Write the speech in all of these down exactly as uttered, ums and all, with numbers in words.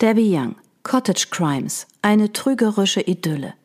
Debbie Young, Cottage Crimes, eine trügerische Idylle.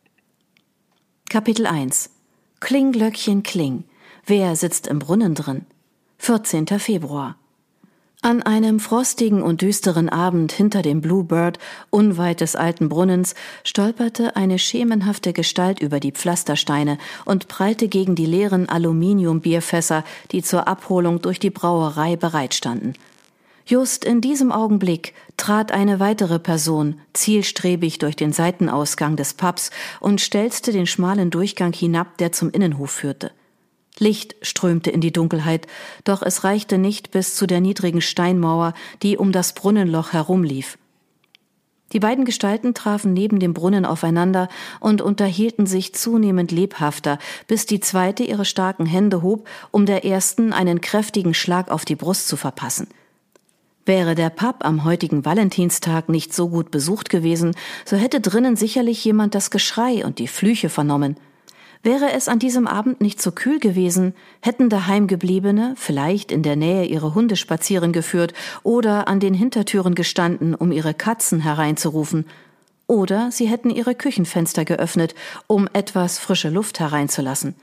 Kapitel eins. Kling, Glöckchen, kling. Wer sitzt im Brunnen drin? vierzehnter Februar. An einem frostigen und düsteren Abend hinter dem Bluebird, unweit des alten Brunnens, stolperte eine schemenhafte Gestalt über die Pflastersteine und prallte gegen die leeren Aluminiumbierfässer, die zur Abholung durch die Brauerei bereitstanden. Just in diesem Augenblick trat eine weitere Person zielstrebig durch den Seitenausgang des Pubs und stelzte den schmalen Durchgang hinab, der zum Innenhof führte. Licht strömte in die Dunkelheit, doch es reichte nicht bis zu der niedrigen Steinmauer, die um das Brunnenloch herumlief. Die beiden Gestalten trafen neben dem Brunnen aufeinander und unterhielten sich zunehmend lebhafter, bis die zweite ihre starken Hände hob, um der ersten einen kräftigen Schlag auf die Brust zu verpassen. Wäre der Pub am heutigen Valentinstag nicht so gut besucht gewesen, so hätte drinnen sicherlich jemand das Geschrei und die Flüche vernommen. Wäre es an diesem Abend nicht so kühl gewesen, hätten Daheimgebliebene vielleicht in der Nähe ihre Hunde spazieren geführt oder an den Hintertüren gestanden, um ihre Katzen hereinzurufen. Oder sie hätten ihre Küchenfenster geöffnet, um etwas frische Luft hereinzulassen.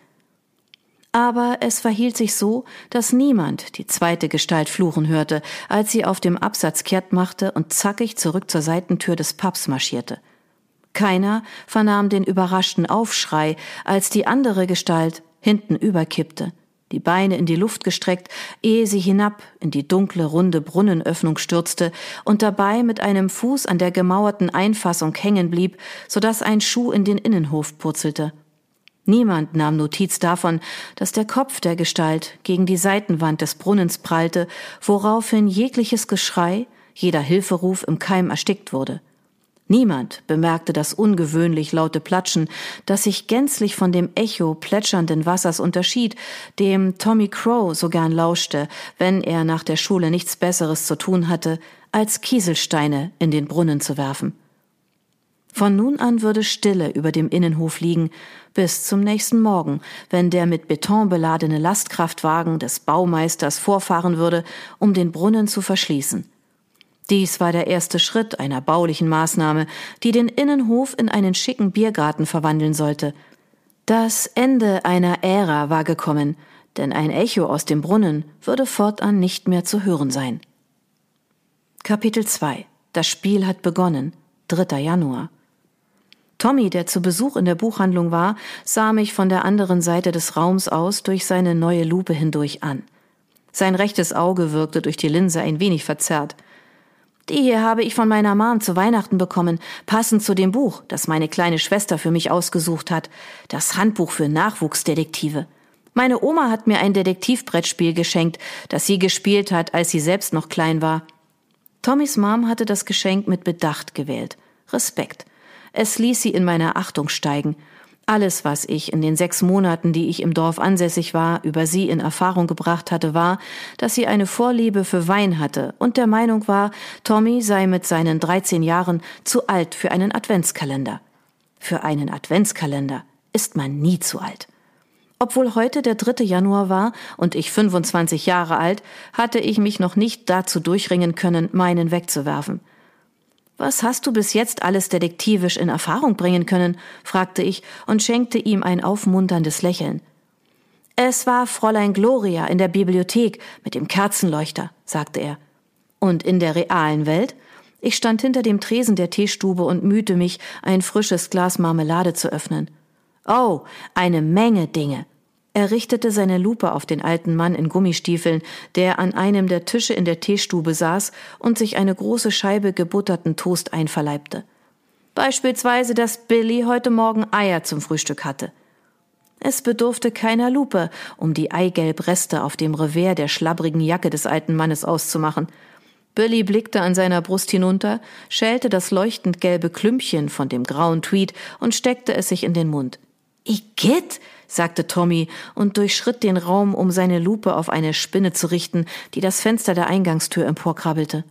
Aber es verhielt sich so, dass niemand die zweite Gestalt fluchen hörte, als sie auf dem Absatz kehrt machte und zackig zurück zur Seitentür des Pubs marschierte. Keiner vernahm den überraschten Aufschrei, als die andere Gestalt hinten überkippte, die Beine in die Luft gestreckt, ehe sie hinab in die dunkle, runde Brunnenöffnung stürzte und dabei mit einem Fuß an der gemauerten Einfassung hängen blieb, sodass ein Schuh in den Innenhof purzelte. Niemand nahm Notiz davon, dass der Kopf der Gestalt gegen die Seitenwand des Brunnens prallte, woraufhin jegliches Geschrei, jeder Hilferuf im Keim erstickt wurde. Niemand bemerkte das ungewöhnlich laute Platschen, das sich gänzlich von dem Echo plätschernden Wassers unterschied, dem Tommy Crow so gern lauschte, wenn er nach der Schule nichts Besseres zu tun hatte, als Kieselsteine in den Brunnen zu werfen. Von nun an würde Stille über dem Innenhof liegen, bis zum nächsten Morgen, wenn der mit Beton beladene Lastkraftwagen des Baumeisters vorfahren würde, um den Brunnen zu verschließen. Dies war der erste Schritt einer baulichen Maßnahme, die den Innenhof in einen schicken Biergarten verwandeln sollte. Das Ende einer Ära war gekommen, denn ein Echo aus dem Brunnen würde fortan nicht mehr zu hören sein. Kapitel zwei. Das Spiel hat begonnen. dritter Januar. Tommy, der zu Besuch in der Buchhandlung war, sah mich von der anderen Seite des Raums aus durch seine neue Lupe hindurch an. Sein rechtes Auge wirkte durch die Linse ein wenig verzerrt. Die hier habe ich von meiner Mom zu Weihnachten bekommen, passend zu dem Buch, das meine kleine Schwester für mich ausgesucht hat. Das Handbuch für Nachwuchsdetektive. Meine Oma hat mir ein Detektivbrettspiel geschenkt, das sie gespielt hat, als sie selbst noch klein war. Tommys Mom hatte das Geschenk mit Bedacht gewählt. Respekt. Es ließ sie in meiner Achtung steigen. Alles, was ich in den sechs Monaten, die ich im Dorf ansässig war, über sie in Erfahrung gebracht hatte, war, dass sie eine Vorliebe für Wein hatte und der Meinung war, Tommy sei mit seinen dreizehn Jahren zu alt für einen Adventskalender. Für einen Adventskalender ist man nie zu alt. Obwohl heute der dritte Januar war und ich fünfundzwanzig Jahre alt, hatte ich mich noch nicht dazu durchringen können, meinen wegzuwerfen. »Was hast du bis jetzt alles detektivisch in Erfahrung bringen können?« fragte ich und schenkte ihm ein aufmunterndes Lächeln. »Es war Fräulein Gloria in der Bibliothek mit dem Kerzenleuchter«, sagte er. »Und in der realen Welt?« Ich stand hinter dem Tresen der Teestube und mühte mich, ein frisches Glas Marmelade zu öffnen. »Oh, eine Menge Dinge.« Er richtete seine Lupe auf den alten Mann in Gummistiefeln, der an einem der Tische in der Teestube saß und sich eine große Scheibe gebutterten Toast einverleibte. Beispielsweise, dass Billy heute Morgen Eier zum Frühstück hatte. Es bedurfte keiner Lupe, um die Eigelbreste auf dem Revers der schlabbrigen Jacke des alten Mannes auszumachen. Billy blickte an seiner Brust hinunter, schälte das leuchtend gelbe Klümpchen von dem grauen Tweed und steckte es sich in den Mund. »Igitt«, sagte Tommy und durchschritt den Raum, um seine Lupe auf eine Spinne zu richten, die das Fenster der Eingangstür emporkrabbelte.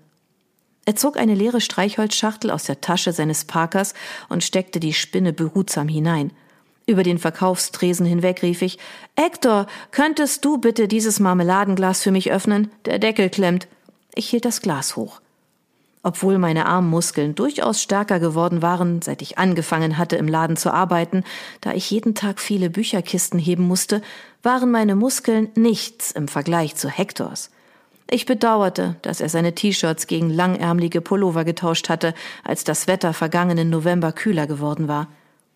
Er zog eine leere Streichholzschachtel aus der Tasche seines Parkers und steckte die Spinne behutsam hinein. Über den Verkaufstresen hinweg rief ich, »Hector, könntest du bitte dieses Marmeladenglas für mich öffnen? Der Deckel klemmt.« Ich hielt das Glas hoch. Obwohl meine Armmuskeln durchaus stärker geworden waren, seit ich angefangen hatte, im Laden zu arbeiten, da ich jeden Tag viele Bücherkisten heben musste, waren meine Muskeln nichts im Vergleich zu Hectors. Ich bedauerte, dass er seine T-Shirts gegen langärmelige Pullover getauscht hatte, als das Wetter vergangenen November kühler geworden war.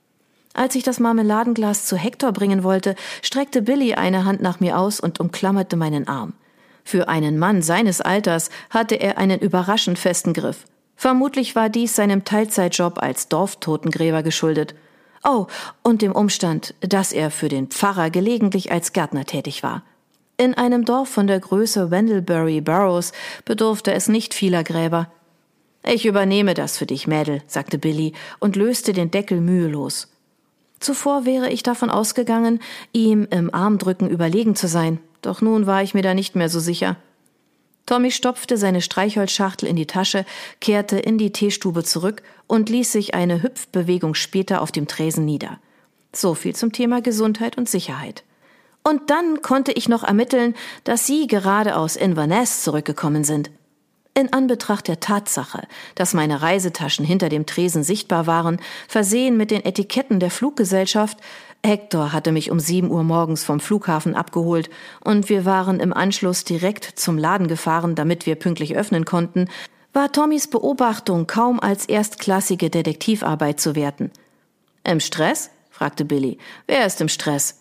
Als ich das Marmeladenglas zu Hector bringen wollte, streckte Billy eine Hand nach mir aus und umklammerte meinen Arm. Für einen Mann seines Alters hatte er einen überraschend festen Griff. Vermutlich war dies seinem Teilzeitjob als Dorftotengräber geschuldet. Oh, und dem Umstand, dass er für den Pfarrer gelegentlich als Gärtner tätig war. In einem Dorf von der Größe Wendlebury Burrows bedurfte es nicht vieler Gräber. »Ich übernehme das für dich, Mädel«, sagte Billy und löste den Deckel mühelos. Zuvor wäre ich davon ausgegangen, ihm im Armdrücken überlegen zu sein, doch nun war ich mir da nicht mehr so sicher. Tommy stopfte seine Streichholzschachtel in die Tasche, kehrte in die Teestube zurück und ließ sich eine Hüpfbewegung später auf dem Tresen nieder. So viel zum Thema Gesundheit und Sicherheit. Und dann konnte ich noch ermitteln, dass Sie gerade aus Inverness zurückgekommen sind. In Anbetracht der Tatsache, dass meine Reisetaschen hinter dem Tresen sichtbar waren, versehen mit den Etiketten der Fluggesellschaft, Hector hatte mich um sieben Uhr morgens vom Flughafen abgeholt und wir waren im Anschluss direkt zum Laden gefahren, damit wir pünktlich öffnen konnten, war Tommys Beobachtung kaum als erstklassige Detektivarbeit zu werten. »Im Stress?« fragte Billy. »Wer ist im Stress?«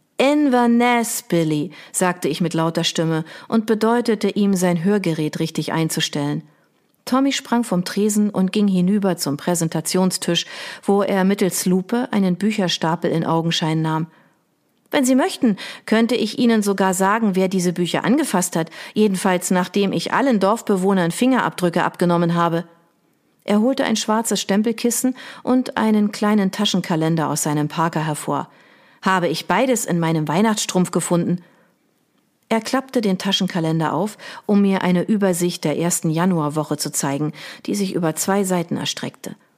»Inverness, Billy«, sagte ich mit lauter Stimme und bedeutete ihm, sein Hörgerät richtig einzustellen. Tommy sprang vom Tresen und ging hinüber zum Präsentationstisch, wo er mittels Lupe einen Bücherstapel in Augenschein nahm. »Wenn Sie möchten, könnte ich Ihnen sogar sagen, wer diese Bücher angefasst hat, jedenfalls nachdem ich allen Dorfbewohnern Fingerabdrücke abgenommen habe.« Er holte ein schwarzes Stempelkissen und einen kleinen Taschenkalender aus seinem Parker hervor. »Habe ich beides in meinem Weihnachtsstrumpf gefunden.« Er klappte den Taschenkalender auf, um mir eine Übersicht der ersten Januarwoche zu zeigen, die sich über zwei Seiten erstreckte.